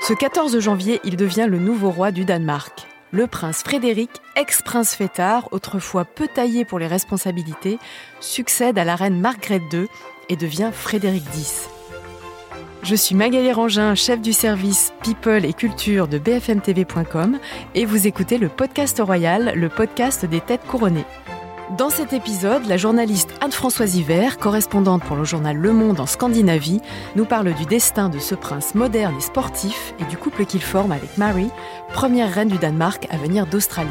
Ce 14 janvier, il devient le nouveau roi du Danemark. Le prince Frédéric, ex-prince fêtard, autrefois peu taillé pour les responsabilités, succède à la reine Margrethe II et devient Frédéric X. Je suis Magali Rangin, chef du service People et Culture de bfmtv.com et vous écoutez le Podcast Royal, le podcast des têtes couronnées. Dans cet épisode, la journaliste Anne-Françoise Hivert, correspondante pour le journal Le Monde en Scandinavie, nous parle du destin de ce prince moderne et sportif et du couple qu'il forme avec Mary, première reine du Danemark à venir d'Australie.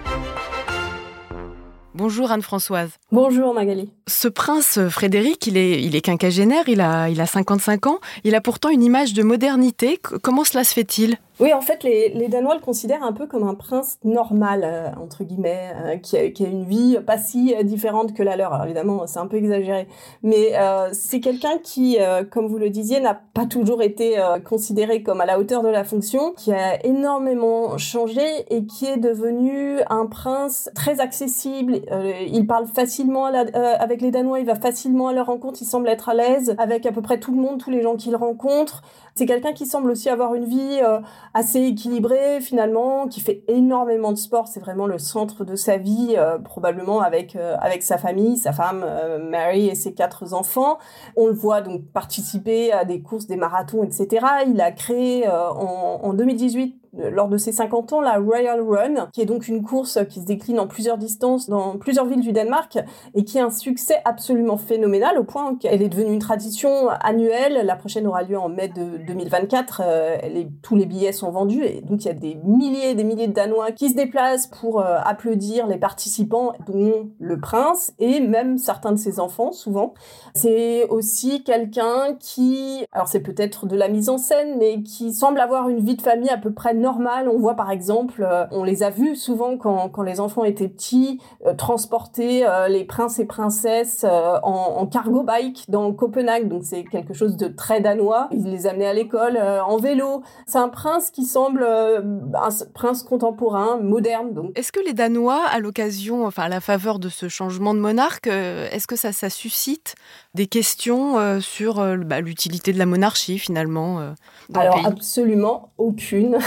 Bonjour Anne-Françoise. Bonjour Magali. Ce prince Frédéric, il est quinquagénaire, il a 55 ans, il a pourtant une image de modernité. Comment cela se fait-il ? Oui, en fait, les Danois le considèrent un peu comme un prince normal, entre guillemets, qui a une vie pas si différente que la leur. Alors évidemment, c'est un peu exagéré. Mais c'est quelqu'un qui, comme vous le disiez, n'a pas toujours été considéré comme à la hauteur de la fonction, qui a énormément changé et qui est devenu un prince très accessible. Il parle facilement avec les Danois, il va facilement à leur rencontre, il semble être à l'aise avec à peu près tout le monde, tous les gens qu'il rencontre. C'est quelqu'un qui semble aussi avoir une vie assez équilibrée finalement, qui fait énormément de sport. C'est vraiment le centre de sa vie, probablement avec sa famille, sa femme Mary et ses 4 enfants. On le voit donc participer à des courses, des marathons, etc. Il a créé en 2018 lors de ses 50 ans, la Royal Run, qui est donc une course qui se décline en plusieurs distances dans plusieurs villes du Danemark et qui a un succès absolument phénoménal au point qu'elle est devenue une tradition annuelle. La prochaine aura lieu en mai de 2024. Tous les billets sont vendus et donc il y a des milliers de Danois qui se déplacent pour applaudir les participants, dont le prince et même certains de ses enfants, souvent. C'est aussi quelqu'un qui, alors c'est peut-être de la mise en scène, mais qui semble avoir une vie de famille à peu près normale. On voit par exemple, on les a vus souvent quand les enfants étaient petits, transporter les princes et princesses en cargo bike dans Copenhague, donc c'est quelque chose de très danois. Ils les amenaient à l'école en vélo. C'est un prince qui semble un prince contemporain, moderne. Donc. Est-ce que les Danois, à l'occasion, à la faveur de ce changement de monarque, est-ce que ça suscite des questions sur l'utilité de la monarchie finalement dans le pays ? Alors absolument aucune.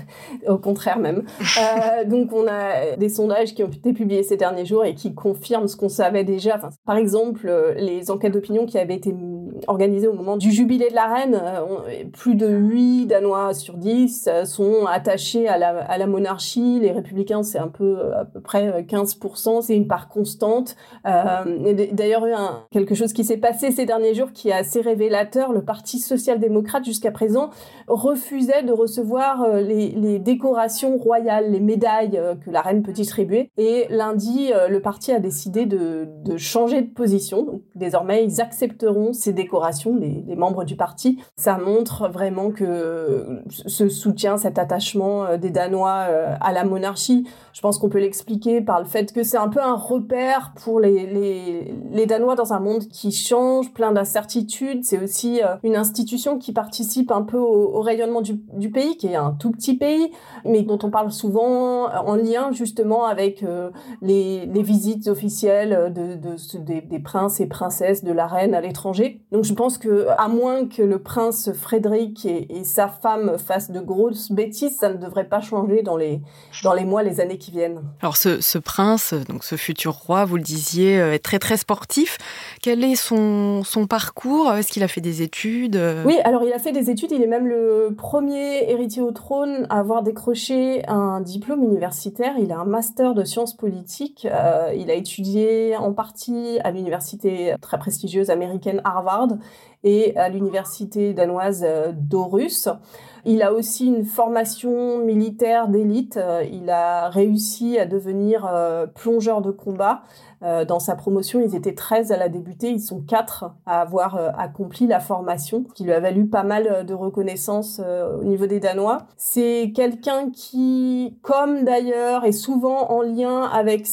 Au contraire même. Donc on a des sondages qui ont été publiés ces derniers jours et qui confirment ce qu'on savait déjà. Par exemple, les enquêtes d'opinion qui avaient été organisées au moment du jubilé de la reine, plus de 8 Danois sur 10 sont attachés à la monarchie. Les républicains, c'est à peu près 15%, c'est une part constante. D'ailleurs, il y a quelque chose qui s'est passé ces derniers jours qui est assez révélateur. Le Parti social-démocrate, jusqu'à présent, refusait de recevoir les décorations royales, les médailles que la reine peut distribuer. Et lundi, le parti a décidé de changer de position. Donc, désormais, ils accepteront ces décorations, les membres du parti. Ça montre vraiment que ce soutien, cet attachement des Danois à la monarchie, je pense qu'on peut l'expliquer par le fait que c'est un peu un repère pour les Danois dans un monde qui change, plein d'incertitudes. C'est aussi une institution qui participe un peu au rayonnement du pays, qui est un tout petit pays, mais dont on parle souvent en lien justement avec les visites officielles des princes et princesses de la reine à l'étranger. Donc je pense que, à moins que le prince Frédéric et sa femme fassent de grosses bêtises, ça ne devrait pas changer dans les mois, les années qui viennent. Alors ce prince, donc ce futur roi, vous le disiez, est très très sportif. Quel est son parcours ? Est-ce qu'il a fait des études ? Oui, alors il a fait des études. Il est même le premier héritier au trône à avoir décroché un diplôme universitaire. Il a un master de sciences politiques. Il a étudié en partie à l'université très prestigieuse américaine Harvard et à l'université danoise d'Aarhus. Il a aussi une formation militaire d'élite. Il a réussi à devenir plongeur de combat. Dans sa promotion, ils étaient 13 à la débuter. Ils sont 4 à avoir accompli la formation, ce qui lui a valu pas mal de reconnaissance au niveau des Danois. C'est quelqu'un qui, comme d'ailleurs, est souvent en lien avec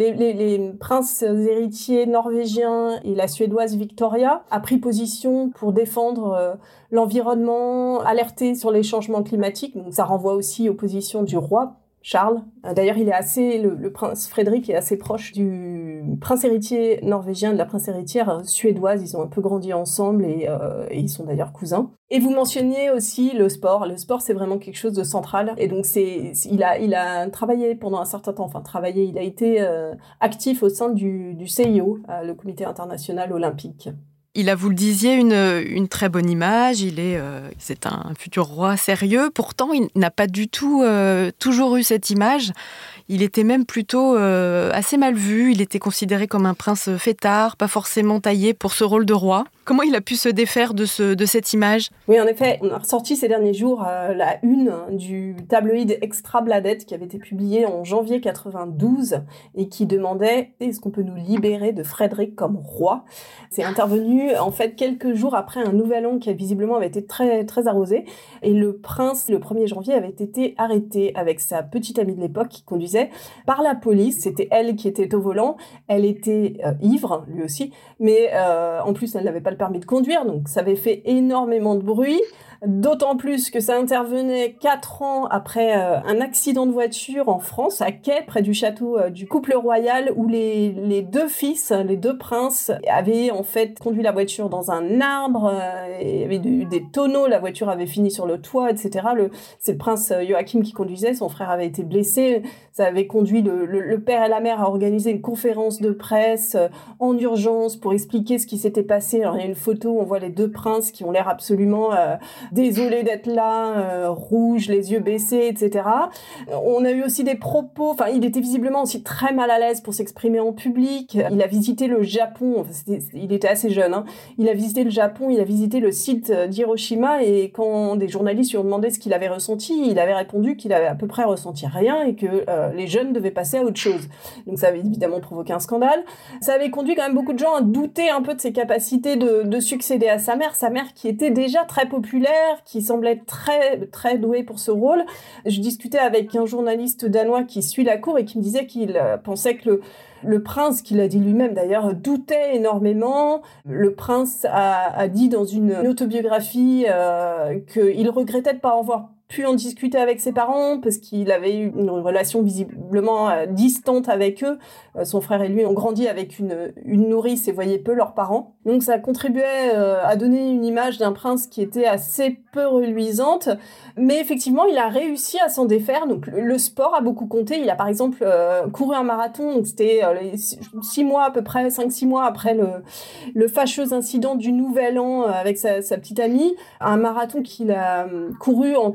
les princes héritiers norvégiens et la suédoise Victoria, a pris position pour défendre l'environnement, alerter sur les changements climatiques. Donc ça renvoie aussi aux positions du roi Charles. D'ailleurs, le prince Frédéric est assez proche du prince héritier norvégien et de la prince héritière suédoise. Ils ont un peu grandi ensemble et ils sont d'ailleurs cousins. Et vous mentionniez aussi le sport. Le sport, c'est vraiment quelque chose de central. Et donc, il a travaillé pendant un certain temps. Il a été actif au sein du CIO, le Comité international olympique. Il a, vous le disiez, une très bonne image. C'est un futur roi sérieux. Pourtant, il n'a pas du tout toujours eu cette image. Il était même plutôt assez mal vu. Il était considéré comme un prince fêtard, pas forcément taillé pour ce rôle de roi. Comment il a pu se défaire de cette image ? Oui, en effet, on a ressorti ces derniers jours la une du tabloïd Extrabladet qui avait été publié en janvier 92 et qui demandait « Est-ce qu'on peut nous libérer de Frédéric comme roi ?» C'est intervenu en fait quelques jours après un nouvel an qui visiblement avait été très, très arrosé. Et le prince, le 1er janvier, avait été arrêté avec sa petite amie de l'époque qui conduisait par la police. C'était elle qui était au volant. Elle était ivre, lui aussi. Mais en plus, elle n'avait pas le permis de conduire. Donc, ça avait fait énormément de bruit. D'autant plus que ça intervenait 4 ans après un accident de voiture en France, à Quai, près du château du couple royal, où les deux fils, les deux princes, avaient en fait conduit la voiture dans un arbre, il y avait des tonneaux, la voiture avait fini sur le toit, etc. C'est le prince Joachim qui conduisait, son frère avait été blessé, ça avait conduit le père et la mère à organiser une conférence de presse en urgence pour expliquer ce qui s'était passé. Alors il y a une photo où on voit les deux princes qui ont l'air absolument désolé d'être là, rouge, les yeux baissés, etc. On a eu aussi des propos, il était visiblement aussi très mal à l'aise pour s'exprimer en public. Il a visité le Japon, il était assez jeune, hein. Il a visité le Japon, il a visité le site d'Hiroshima et quand des journalistes lui ont demandé ce qu'il avait ressenti, il avait répondu qu'il avait à peu près ressenti rien et que les jeunes devaient passer à autre chose. Donc ça avait évidemment provoqué un scandale. Ça avait conduit quand même beaucoup de gens à douter un peu de ses capacités de succéder à sa mère qui était déjà très populaire, qui semblait très, très doué pour ce rôle. Je discutais avec un journaliste danois qui suit la cour et qui me disait qu'il pensait que le prince, qu'il a dit lui-même d'ailleurs, doutait énormément. Le prince a dit dans une autobiographie qu'il regrettait de ne pas avoir pu en discuter avec ses parents parce qu'il avait eu une relation visiblement distante avec eux. Son frère et lui ont grandi avec une nourrice et voyaient peu leurs parents. Donc ça contribuait à donner une image d'un prince qui était assez peu reluisante. Mais effectivement, il a réussi à s'en défaire. Donc le sport a beaucoup compté. Il a par exemple couru un marathon. Donc c'était 6 mois à peu près, 5-6 mois après le fâcheux incident du Nouvel An avec sa petite amie. Un marathon qu'il a couru en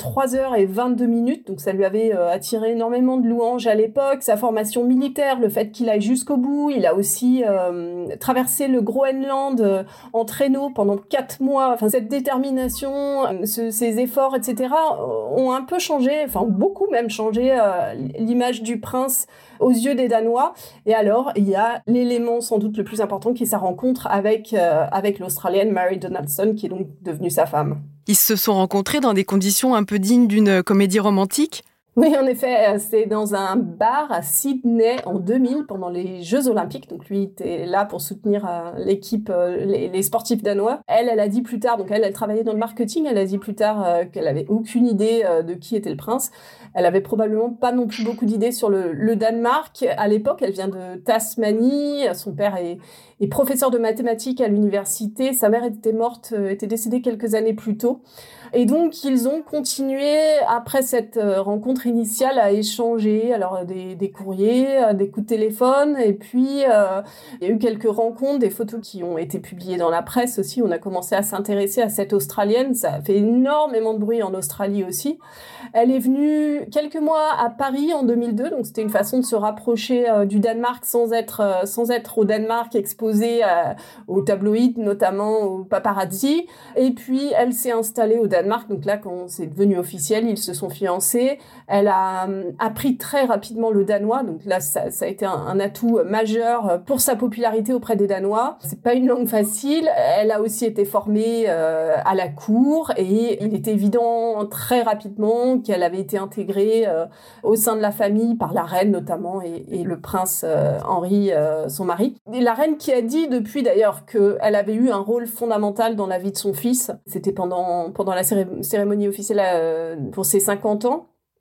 3h22. Donc ça lui avait attiré énormément de louanges à l'époque. Sa formation militaire, le fait qu'il aille jusqu'au bout. Il a aussi traversé le Groenland en traîneau pendant 4 mois. Enfin, cette détermination, ces efforts, etc. ont un peu changé, beaucoup même changé l'image du prince aux yeux des Danois. Et alors, il y a l'élément sans doute le plus important qui est sa rencontre avec l'Australienne Mary Donaldson, qui est donc devenue sa femme. Ils se sont rencontrés dans des conditions un peu dignes d'une comédie romantique ? Oui, en effet, c'est dans un bar à Sydney en 2000 pendant les Jeux Olympiques. Donc lui était là pour soutenir l'équipe, les sportifs danois. Elle a dit plus tard, donc elle travaillait dans le marketing, elle a dit plus tard qu'elle avait aucune idée de qui était le prince. Elle avait probablement pas non plus beaucoup d'idées sur le Danemark. À l'époque, elle vient de Tasmanie. Son père est professeur de mathématiques à l'université. Sa mère était décédée quelques années plus tôt. Et donc, ils ont continué, après cette rencontre initiale, à échanger alors des courriers, des coups de téléphone. Et puis, il y a eu quelques rencontres, des photos qui ont été publiées dans la presse aussi. On a commencé à s'intéresser à cette Australienne. Ça a fait énormément de bruit en Australie aussi. Elle est venue quelques mois à Paris en 2002. Donc, c'était une façon de se rapprocher du Danemark sans être au Danemark exposée aux tabloïds, notamment aux paparazzi. Et puis, elle s'est installée au Danemark. Donc là, quand c'est devenu officiel, ils se sont fiancés. Elle a appris très rapidement le danois. Donc là, ça a été un atout majeur pour sa popularité auprès des Danois. C'est pas une langue facile. Elle a aussi été formée à la cour et il était évident très rapidement qu'elle avait été intégrée au sein de la famille par la reine notamment et le prince Henri, son mari. Et la reine qui a dit depuis d'ailleurs qu'elle avait eu un rôle fondamental dans la vie de son fils. C'était pendant la cérémonie officielle pour ses 50 ans.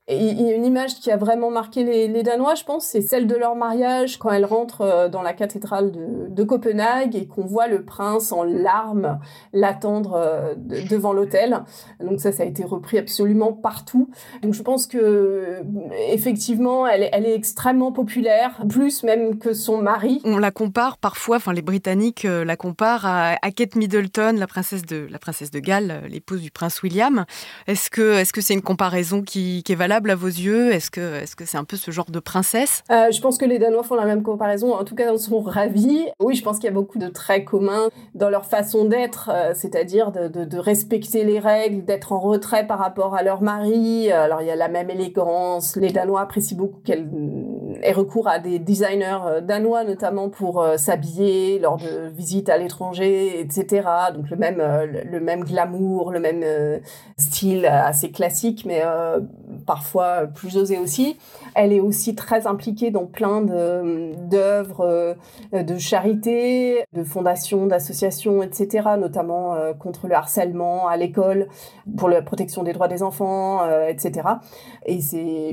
Et il y a une image qui a vraiment marqué les Danois, je pense, c'est celle de leur mariage quand elles rentrent dans la cathédrale de Copenhague et qu'on voit le prince en larmes l'attendre devant l'autel. Donc ça a été repris absolument partout. Donc je pense que effectivement, elle est extrêmement populaire, plus même que son mari. On la compare parfois, les Britanniques la comparent à Kate Middleton, la princesse de Galles, l'épouse du prince William. Est-ce que c'est une comparaison qui est valable à vos yeux ? Est-ce que c'est un peu ce genre de princesse ? Je pense que les Danois font la même comparaison, en tout cas ils sont ravis. Oui, je pense qu'il y a beaucoup de traits communs dans leur façon d'être, c'est-à-dire de respecter les règles, d'être en retrait par rapport à leur mari. Alors il y a la même élégance. Les Danois apprécient beaucoup qu'elle ait recours à des designers danois, notamment pour s'habiller lors de visites à l'étranger, etc. Donc le même glamour, le même style assez classique, mais parfois plus osé aussi. Elle est aussi très impliquée dans plein d'œuvres de charité, de fondations, d'associations, etc., notamment contre le harcèlement à l'école, pour la protection des droits des enfants, etc. Et c'est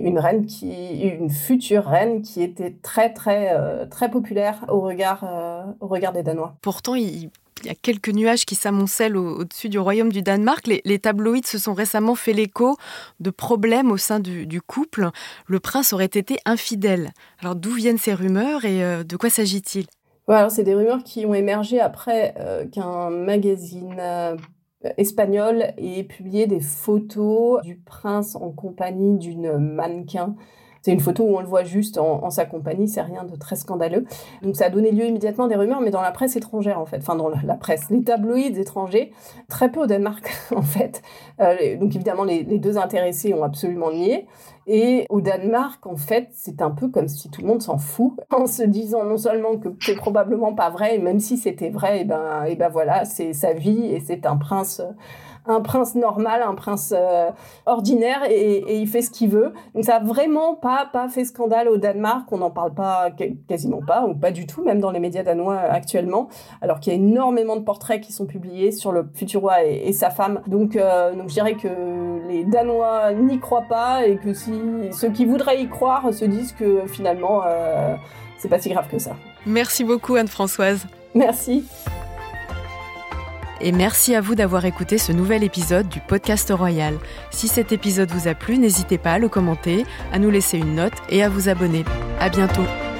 une future reine qui était très, très, très populaire au regard des Danois. Pourtant, il y a quelques nuages qui s'amoncellent au-dessus du royaume du Danemark. Les tabloïds se sont récemment fait l'écho de problèmes au sein du couple. Le prince aurait été infidèle. Alors d'où viennent ces rumeurs et de quoi s'agit-il ? Alors, c'est des rumeurs qui ont émergé après qu'un magazine espagnol ait publié des photos du prince en compagnie d'une mannequin. C'est une photo où on le voit juste en sa compagnie, c'est rien de très scandaleux. Donc ça a donné lieu immédiatement à des rumeurs, mais dans la presse étrangère en fait, enfin dans la presse, les tabloïds étrangers, très peu au Danemark en fait. Donc évidemment les deux intéressés ont absolument nié. Et au Danemark, en fait, c'est un peu comme si tout le monde s'en fout, en se disant non seulement que c'est probablement pas vrai, et même si c'était vrai, et ben voilà, c'est sa vie et c'est un prince normal, un prince ordinaire et il fait ce qu'il veut. Donc ça a vraiment pas fait scandale au Danemark, on n'en parle pas quasiment pas, ou pas du tout, même dans les médias danois actuellement, alors qu'il y a énormément de portraits qui sont publiés sur le futur roi et sa femme. Donc je dirais que les Danois n'y croient pas et que si ceux qui voudraient y croire se disent que finalement c'est pas si grave que ça. Merci beaucoup Anne-Françoise. Merci. Et merci à vous d'avoir écouté ce nouvel épisode du Podcast Royal. Si cet épisode vous a plu, n'hésitez pas à le commenter, à nous laisser une note et à vous abonner. À bientôt.